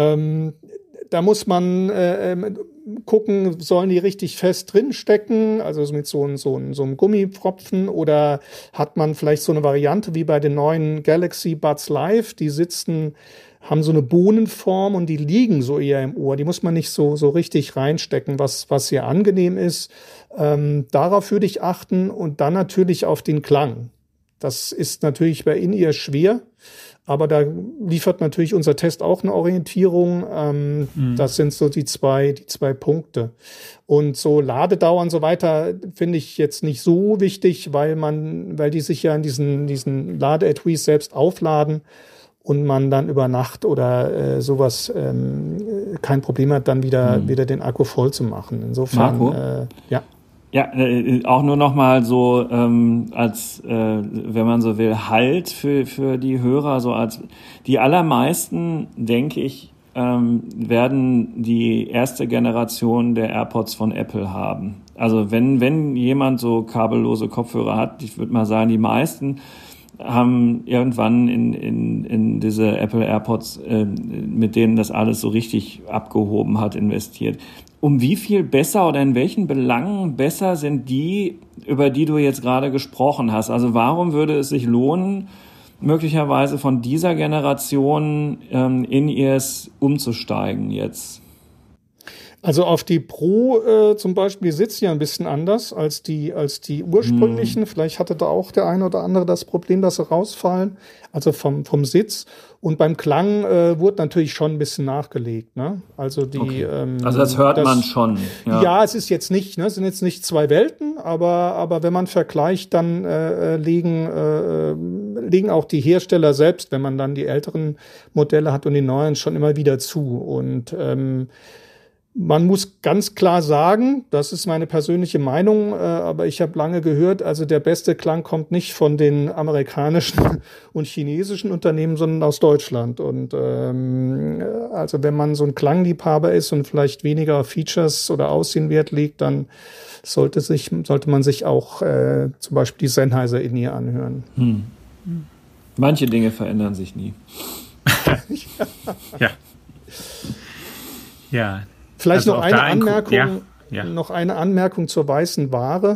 Da muss man gucken, sollen die richtig fest drinstecken, also mit so einem Gummipfropfen, oder hat man vielleicht so eine Variante wie bei den neuen Galaxy Buds Live, die sitzen haben so eine Bohnenform und die liegen so eher im Ohr. Die muss man nicht so richtig reinstecken, was sehr angenehm ist. Darauf würde ich achten und dann natürlich auf den Klang. Das ist natürlich bei In-Ear schwer, aber da liefert natürlich unser Test auch eine Orientierung. Das sind so die zwei Punkte. Und so Ladedauer und so weiter finde ich jetzt nicht so wichtig, weil die sich ja in diesen Lade-Etuis selbst aufladen und man dann über Nacht oder sowas kein Problem hat, dann wieder den Akku voll zu machen. Insofern, Marco? Ja. Ja, auch nur noch mal so als wenn man so will Halt für die Hörer, so als die allermeisten, denke ich, werden die erste Generation der AirPods von Apple haben. Also wenn jemand so kabellose Kopfhörer hat, ich würde mal sagen, die meisten haben irgendwann in diese Apple AirPods, mit denen das alles so richtig abgehoben hat, investiert. Um wie viel besser oder in welchen Belangen besser sind die, über die du jetzt gerade gesprochen hast? Also warum würde es sich lohnen, möglicherweise von dieser Generation In-Ears umzusteigen jetzt? Also auf die Pro zum Beispiel sitzt ja ein bisschen anders als die ursprünglichen. Vielleicht hatte da auch der eine oder andere das Problem, dass sie rausfallen. Also vom Sitz. Und beim Klang wurde natürlich schon ein bisschen nachgelegt. Ne? Also okay. Also das hört man schon. Ja, es ist jetzt nicht, ne, sind jetzt nicht zwei Welten, aber wenn man vergleicht, dann legen auch die Hersteller selbst, wenn man dann die älteren Modelle hat und die neuen, schon immer wieder zu. Und man muss ganz klar sagen, das ist meine persönliche Meinung, aber ich habe lange gehört, also der beste Klang kommt nicht von den amerikanischen und chinesischen Unternehmen, sondern aus Deutschland. Und also wenn man so ein Klangliebhaber ist und vielleicht weniger auf Features oder Aussehen Wert legt, dann sollte man sich auch zum Beispiel die Sennheiser In-Ear anhören. Manche Dinge verändern sich nie. Ja. Vielleicht also noch eine Anmerkung, noch eine Anmerkung zur weißen Ware.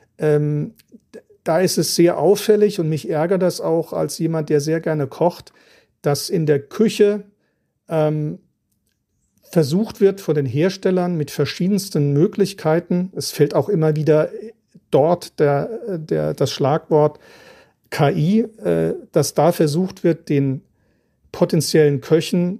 Da ist es sehr auffällig und mich ärgert das auch als jemand, der sehr gerne kocht, dass in der Küche versucht wird von den Herstellern mit verschiedensten Möglichkeiten. Es fällt auch immer wieder dort das Schlagwort KI, dass da versucht wird, den potenziellen Köchen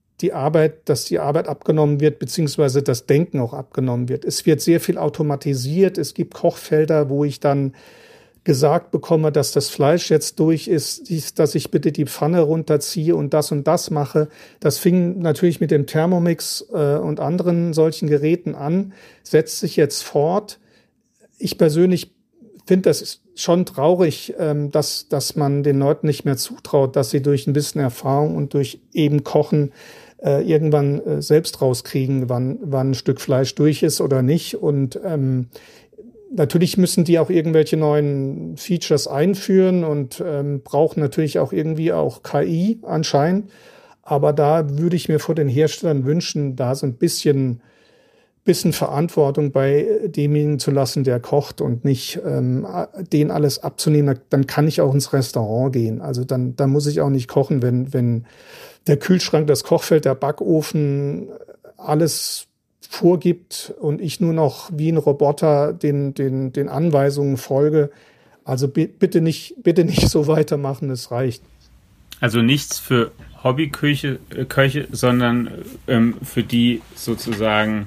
dass die Arbeit abgenommen wird, beziehungsweise das Denken auch abgenommen wird. Es wird sehr viel automatisiert. Es gibt Kochfelder, wo ich dann gesagt bekomme, dass das Fleisch jetzt durch ist, dass ich bitte die Pfanne runterziehe und das mache. Das fing natürlich mit dem Thermomix und anderen solchen Geräten an, setzt sich jetzt fort. Ich persönlich finde, das ist schon traurig, dass man den Leuten nicht mehr zutraut, dass sie durch ein bisschen Erfahrung und durch eben Kochen irgendwann selbst rauskriegen, wann ein Stück Fleisch durch ist oder nicht. Und natürlich müssen die auch irgendwelche neuen Features einführen und brauchen natürlich auch irgendwie auch KI anscheinend. Aber da würde ich mir vor den Herstellern wünschen, da so ein bisschen Verantwortung bei demjenigen zu lassen, der kocht und nicht den alles abzunehmen. Dann kann ich auch ins Restaurant gehen. Also dann muss ich auch nicht kochen, wenn der Kühlschrank, das Kochfeld, der Backofen alles vorgibt und ich nur noch wie ein Roboter den Anweisungen folge. Also bitte nicht so weitermachen, es reicht. Also nichts für Hobbyköche, sondern für die sozusagen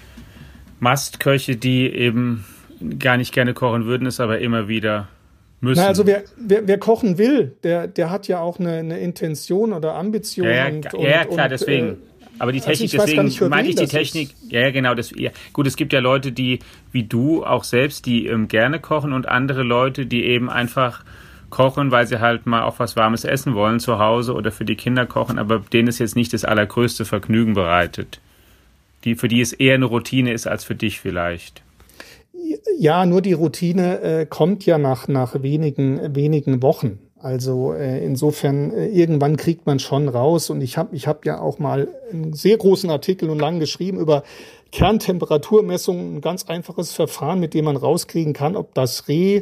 Mastköche, die eben gar nicht gerne kochen würden, es aber immer wieder müssen. Na, also wer kochen will, der hat ja auch eine Intention oder Ambition. Ja, klar, deswegen. Aber die Technik, also deswegen meinte ich die Technik. Ja, genau. Gut, es gibt ja Leute, die, wie du auch selbst, die gerne kochen und andere Leute, die eben einfach kochen, weil sie halt mal auch was Warmes essen wollen zu Hause oder für die Kinder kochen, aber denen es jetzt nicht das allergrößte Vergnügen bereitet. Für die es eher eine Routine ist als für dich vielleicht. Ja, nur die Routine kommt ja nach wenigen Wochen. Also insofern, irgendwann kriegt man schon raus. Und ich hab ja auch mal einen sehr großen Artikel und lang geschrieben über Kerntemperaturmessung ein ganz einfaches Verfahren, mit dem man rauskriegen kann, ob das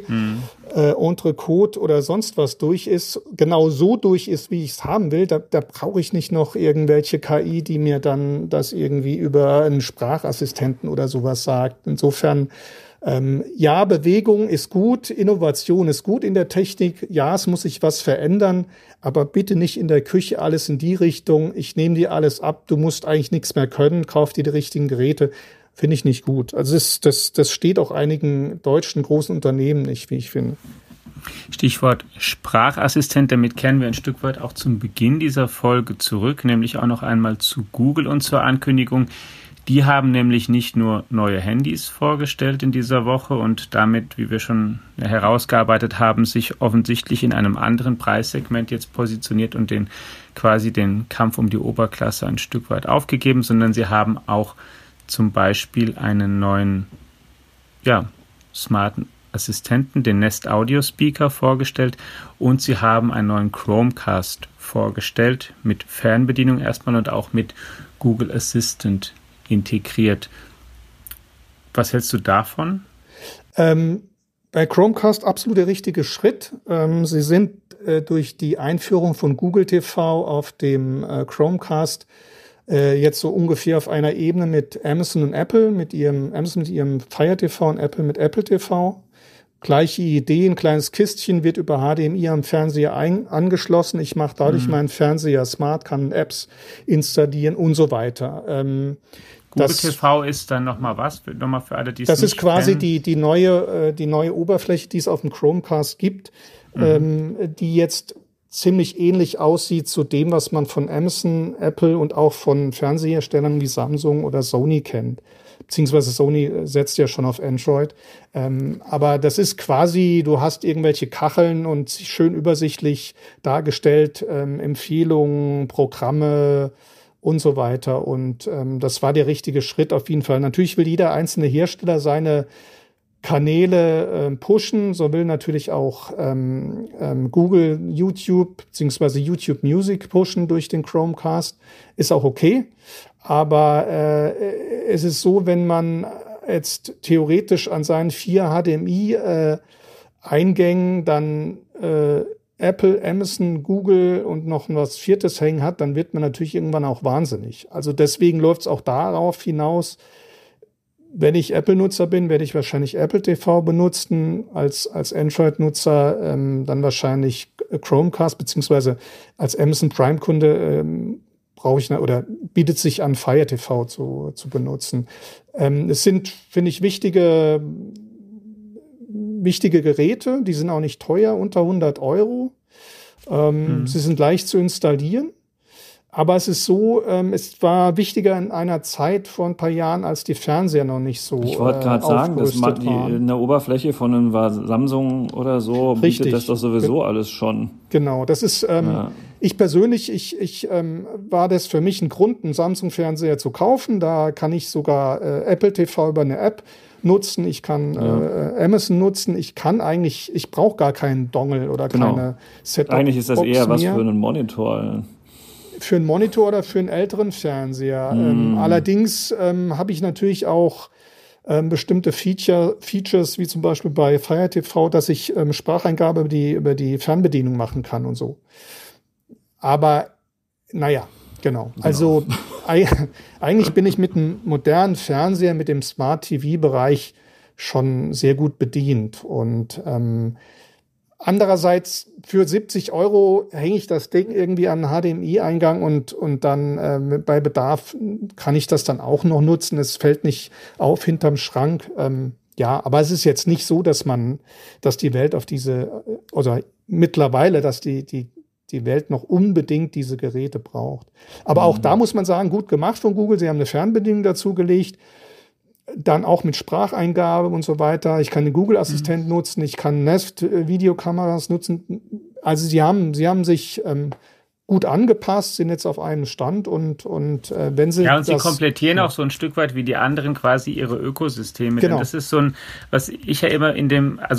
Entrecote oder sonst was durch ist, genau so durch ist, wie ich es haben will. Da brauche ich nicht noch irgendwelche KI, die mir dann das irgendwie über einen Sprachassistenten oder sowas sagt. Insofern ja, Bewegung ist gut, Innovation ist gut in der Technik. Ja, es muss sich was verändern, aber bitte nicht in der Küche alles in die Richtung. Ich nehme dir alles ab, du musst eigentlich nichts mehr können, kauf dir die richtigen Geräte. Finde ich nicht gut. Also das steht auch einigen deutschen großen Unternehmen nicht, wie ich finde. Stichwort Sprachassistent, damit kehren wir ein Stück weit auch zum Beginn dieser Folge zurück, nämlich auch noch einmal zu Google und zur Ankündigung. Die haben nämlich nicht nur neue Handys vorgestellt in dieser Woche und damit, wie wir schon herausgearbeitet haben, sich offensichtlich in einem anderen Preissegment jetzt positioniert und den Kampf um die Oberklasse ein Stück weit aufgegeben, sondern sie haben auch zum Beispiel einen neuen, smarten Assistenten, den Nest Audio Speaker vorgestellt und sie haben einen neuen Chromecast vorgestellt mit Fernbedienung erstmal und auch mit Google Assistant integriert. Was hältst du davon? Bei Chromecast absolut der richtige Schritt. Sie sind durch die Einführung von Google TV auf dem Chromecast jetzt so ungefähr auf einer Ebene mit Amazon und Apple, Amazon mit ihrem Fire TV und Apple mit Apple TV. Gleiche Idee, ein kleines Kistchen wird über HDMI am Fernseher angeschlossen. Ich mache dadurch meinen Fernseher smart, kann Apps installieren und so weiter. Google TV ist dann nochmal was? Nochmal für alle, die es Das nicht ist quasi kennen. die neue Oberfläche, die es auf dem Chromecast gibt, die jetzt ziemlich ähnlich aussieht zu dem, was man von Amazon, Apple und auch von Fernseherstellern wie Samsung oder Sony kennt. Beziehungsweise Sony setzt ja schon auf Android. Aber das ist quasi, du hast irgendwelche Kacheln und schön übersichtlich dargestellt, Empfehlungen, Programme und so weiter. Und das war der richtige Schritt auf jeden Fall. Natürlich will jeder einzelne Hersteller seine Kanäle pushen, so will natürlich auch Google YouTube bzw. YouTube Music pushen durch den Chromecast. Ist auch okay. Aber es ist so, wenn man jetzt theoretisch an seinen 4 HDMI-Eingängen dann Apple, Amazon, Google und noch was Viertes hängen hat, dann wird man natürlich irgendwann auch wahnsinnig. Also deswegen läuft es auch darauf hinaus, wenn ich Apple-Nutzer bin, werde ich wahrscheinlich Apple TV benutzen, als Android-Nutzer dann wahrscheinlich Chromecast, beziehungsweise als Amazon Prime-Kunde brauche ich oder bietet sich an, Fire TV zu benutzen. Es sind, finde ich, wichtige Geräte, die sind auch nicht teuer, unter 100 Euro. Sie sind leicht zu installieren. Aber es ist so, es war wichtiger in einer Zeit vor ein paar Jahren, als die Fernseher noch nicht so Ich wollte gerade sagen, dass eine Oberfläche von einem Samsung oder so bietet das doch sowieso alles schon. Genau, das ist, ich persönlich, ich war das für mich ein Grund, einen Samsung-Fernseher zu kaufen. Da kann ich sogar Apple TV über eine App nutzen, ich kann Amazon nutzen, ich brauche gar keinen Dongle oder keine Set-Top-Box. Eigentlich ist das eher was für einen Monitor. Für einen Monitor oder für einen älteren Fernseher. Allerdings habe ich natürlich auch bestimmte Features, wie zum Beispiel bei Fire TV, dass ich Spracheingabe über die Fernbedienung machen kann und so. Aber naja, genau. Also eigentlich bin ich mit einem modernen Fernseher, mit dem Smart-TV-Bereich schon sehr gut bedient. Und andererseits für 70 Euro hänge ich das Ding irgendwie an einen HDMI-Eingang und dann bei Bedarf kann ich das dann auch noch nutzen. Es fällt nicht auf hinterm Schrank. Aber es ist jetzt nicht so, dass die Welt dass die Welt noch unbedingt diese Geräte braucht. Aber auch da muss man sagen, gut gemacht von Google. Sie haben eine Fernbedienung dazu gelegt. Dann auch mit Spracheingabe und so weiter. Ich kann den Google-Assistent nutzen, ich kann Nest-Videokameras nutzen. Also sie haben sich gut angepasst, sind jetzt auf einem Stand und wenn sie und sie komplettieren auch so ein Stück weit wie die anderen quasi ihre Ökosysteme. Genau. Denn das ist so was ich ja immer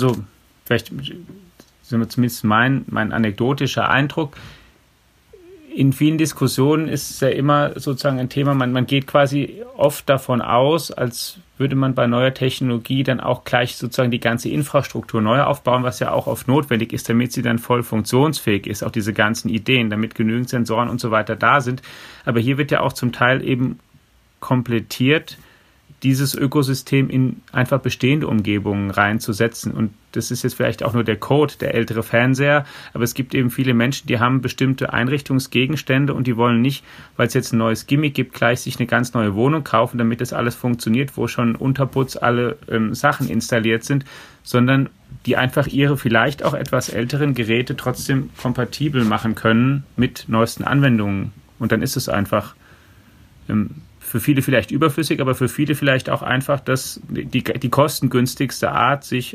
vielleicht sind wir zumindest mein anekdotischer Eindruck. in vielen Diskussionen ist es ja immer sozusagen ein Thema, man geht quasi oft davon aus, als würde man bei neuer Technologie dann auch gleich sozusagen die ganze Infrastruktur neu aufbauen, was ja auch oft notwendig ist, damit sie dann voll funktionsfähig ist, auch diese ganzen Ideen, damit genügend Sensoren und so weiter da sind. Aber hier wird ja auch zum Teil eben komplettiert, dieses Ökosystem in einfach bestehende Umgebungen reinzusetzen. Und das ist jetzt vielleicht auch nur der Code, der ältere Fernseher, aber es gibt eben viele Menschen, die haben bestimmte Einrichtungsgegenstände und die wollen nicht, weil es jetzt ein neues Gimmick gibt, gleich sich eine ganz neue Wohnung kaufen, damit das alles funktioniert, wo schon Unterputz alle Sachen installiert sind, sondern die einfach ihre vielleicht auch etwas älteren Geräte trotzdem kompatibel machen können mit neuesten Anwendungen. Und dann ist es einfach für viele vielleicht überflüssig, aber für viele vielleicht auch einfach die kostengünstigste Art, sich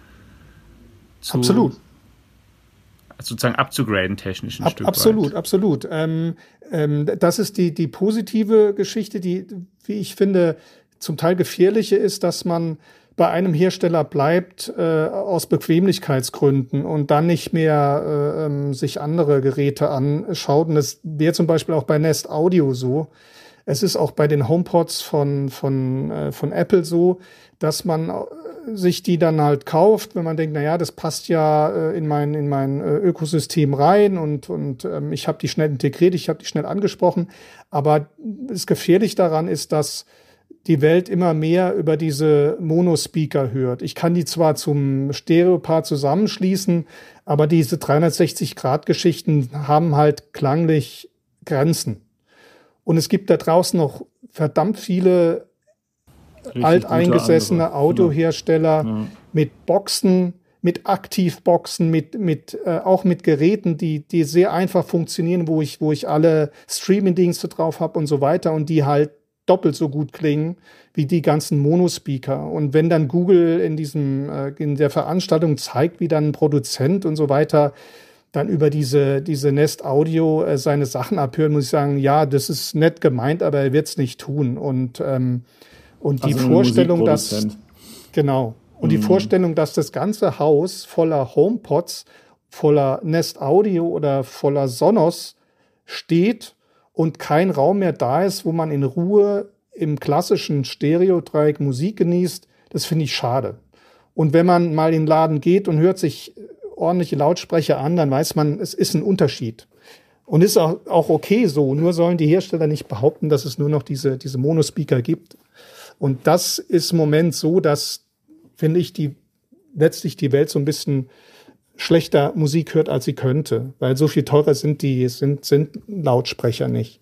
sozusagen abzugraden technisch ein Stück weit. Absolut. Das ist die positive Geschichte, die, wie ich finde, zum Teil gefährliche ist, dass man bei einem Hersteller bleibt aus Bequemlichkeitsgründen und dann nicht mehr sich andere Geräte anschaut. Und das wäre zum Beispiel auch bei Nest Audio so. Es ist auch bei den HomePods von Apple so, dass man sich die dann halt kauft, wenn man denkt, na ja, das passt ja in mein Ökosystem rein und ich habe die schnell integriert, ich habe die schnell angesprochen. Aber das Gefährliche daran ist, dass die Welt immer mehr über diese Monospeaker hört. Ich kann die zwar zum Stereopaar zusammenschließen, aber diese 360-Grad-Geschichten haben halt klanglich Grenzen. Und es gibt da draußen noch verdammt viele alteingesessene Audiohersteller mit Boxen, mit Aktivboxen, auch mit Geräten, die sehr einfach funktionieren, wo ich alle Streaming-Dienste drauf habe und so weiter und die halt doppelt so gut klingen wie die ganzen Monospeaker. Und wenn dann Google in der Veranstaltung zeigt, wie dann ein Produzent und so weiter dann über diese Nest Audio seine Sachen abhören, muss ich sagen, ja, das ist nett gemeint, aber er wird es nicht tun. Und die Vorstellung, die Vorstellung, dass das ganze Haus voller HomePods, voller Nest Audio oder voller Sonos steht und kein Raum mehr da ist, wo man in Ruhe im klassischen Stereodreieck Musik genießt, das finde ich schade. Und wenn man mal in den Laden geht und hört sich ordentliche Lautsprecher an, dann weiß man, es ist ein Unterschied. Und ist auch okay so. Nur sollen die Hersteller nicht behaupten, dass es nur noch diese Monospeaker gibt. Und das ist im Moment so, dass, finde ich, letztlich die Welt so ein bisschen schlechter Musik hört, als sie könnte. Weil so viel teurer sind Lautsprecher nicht.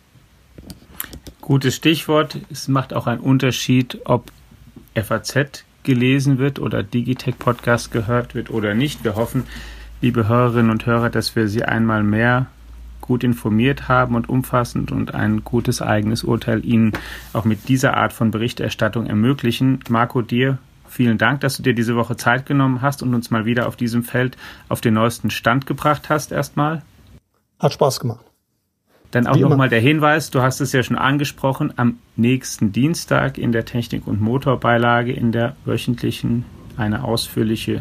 Gutes Stichwort. Es macht auch einen Unterschied, ob FAZ gelesen wird oder Digitech Podcast gehört wird oder nicht. Wir hoffen, liebe Hörerinnen und Hörer, dass wir Sie einmal mehr gut informiert haben und umfassend und ein gutes eigenes Urteil Ihnen auch mit dieser Art von Berichterstattung ermöglichen. Marco, dir vielen Dank, dass du dir diese Woche Zeit genommen hast und uns mal wieder auf diesem Feld auf den neuesten Stand gebracht hast erstmal. Hat Spaß gemacht. Dann auch nochmal der Hinweis, du hast es ja schon angesprochen, am nächsten Dienstag in der Technik- und Motorbeilage in der wöchentlichen eine ausführliche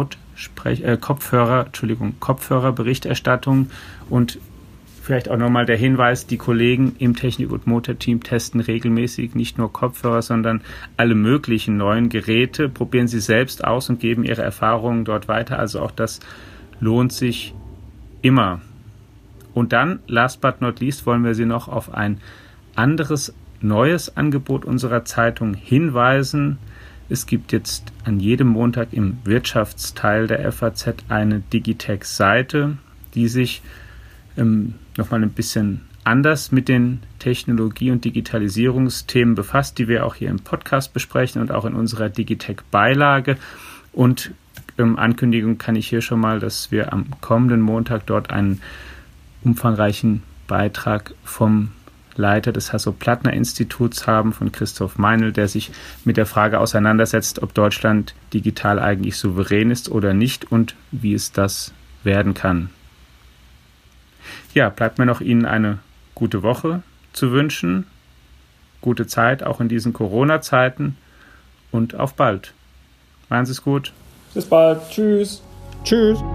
Kopfhörerberichterstattung und vielleicht auch nochmal der Hinweis, die Kollegen im Technik- und Motorteam testen regelmäßig nicht nur Kopfhörer, sondern alle möglichen neuen Geräte, probieren sie selbst aus und geben ihre Erfahrungen dort weiter. Also auch das lohnt sich immer. Und dann, last but not least, wollen wir Sie noch auf ein anderes, neues Angebot unserer Zeitung hinweisen. Es gibt jetzt an jedem Montag im Wirtschaftsteil der FAZ eine Digitech-Seite, die sich nochmal ein bisschen anders mit den Technologie- und Digitalisierungsthemen befasst, die wir auch hier im Podcast besprechen und auch in unserer Digitech-Beilage. Und Ankündigung kann ich hier schon mal, dass wir am kommenden Montag dort einen umfangreichen Beitrag vom Leiter des Hasso-Plattner-Instituts haben, von Christoph Meinl, der sich mit der Frage auseinandersetzt, ob Deutschland digital eigentlich souverän ist oder nicht und wie es das werden kann. Ja, bleibt mir noch Ihnen eine gute Woche zu wünschen, gute Zeit auch in diesen Corona-Zeiten und auf bald. Machen Sie es gut. Bis bald. Tschüss. Tschüss.